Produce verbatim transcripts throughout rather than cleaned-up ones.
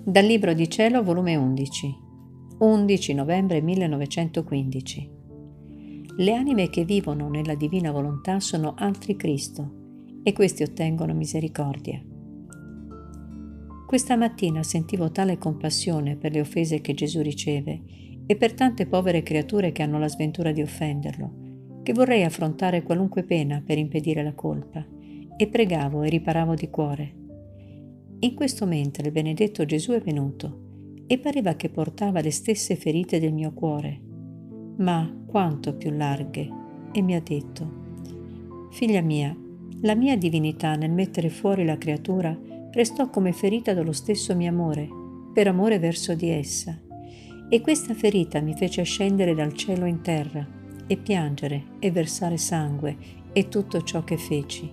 Dal Libro di Cielo, volume undici, undici novembre millenovecentoquindici. Le anime che vivono nella divina volontà sono altri Cristo e questi ottengono misericordia. Questa mattina sentivo tale compassione per le offese che Gesù riceve e per tante povere creature che hanno la sventura di offenderlo, che vorrei affrontare qualunque pena per impedire la colpa, e pregavo e riparavo di cuore. In questo mentre il benedetto Gesù è venuto e pareva che portava le stesse ferite del mio cuore, ma quanto più larghe, e mi ha detto: «Figlia mia, la mia divinità nel mettere fuori la creatura restò come ferita dallo stesso mio amore, per amore verso di essa, e questa ferita mi fece scendere dal cielo in terra e piangere e versare sangue e tutto ciò che feci.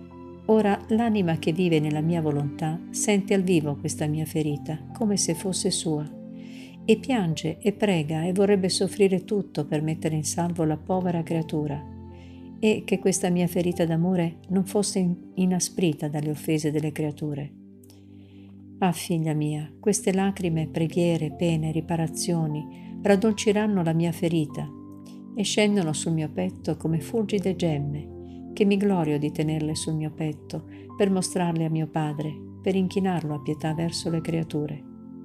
Ora l'anima che vive nella mia volontà sente al vivo questa mia ferita, come se fosse sua, e piange e prega e vorrebbe soffrire tutto per mettere in salvo la povera creatura, e che questa mia ferita d'amore non fosse inasprita dalle offese delle creature. Ah, figlia mia, queste lacrime, preghiere, pene, riparazioni raddolciranno la mia ferita e scendono sul mio petto come fulgide gemme, che mi glorio di tenerle sul mio petto per mostrarle a mio Padre, per inchinarlo a pietà verso le creature.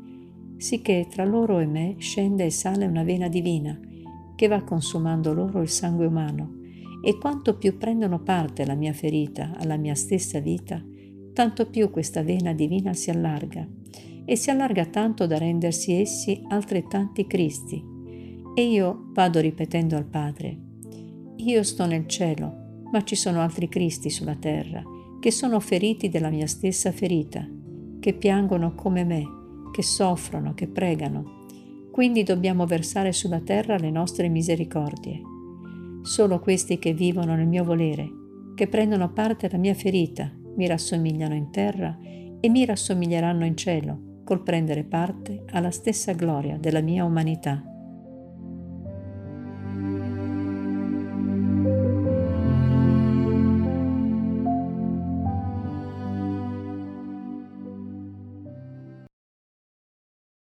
Sicché tra loro e me scende e sale una vena divina, che va consumando loro il sangue umano, e quanto più prendono parte alla mia ferita, alla mia stessa vita, tanto più questa vena divina si allarga, e si allarga tanto da rendersi essi altrettanti Cristi. E io vado ripetendo al Padre: io sto nel cielo, ma ci sono altri Cristi sulla terra, che sono feriti della mia stessa ferita, che piangono come me, che soffrono, che pregano. Quindi dobbiamo versare sulla terra le nostre misericordie. Solo questi che vivono nel mio volere, che prendono parte alla mia ferita, mi rassomigliano in terra e mi rassomiglieranno in cielo, col prendere parte alla stessa gloria della mia umanità.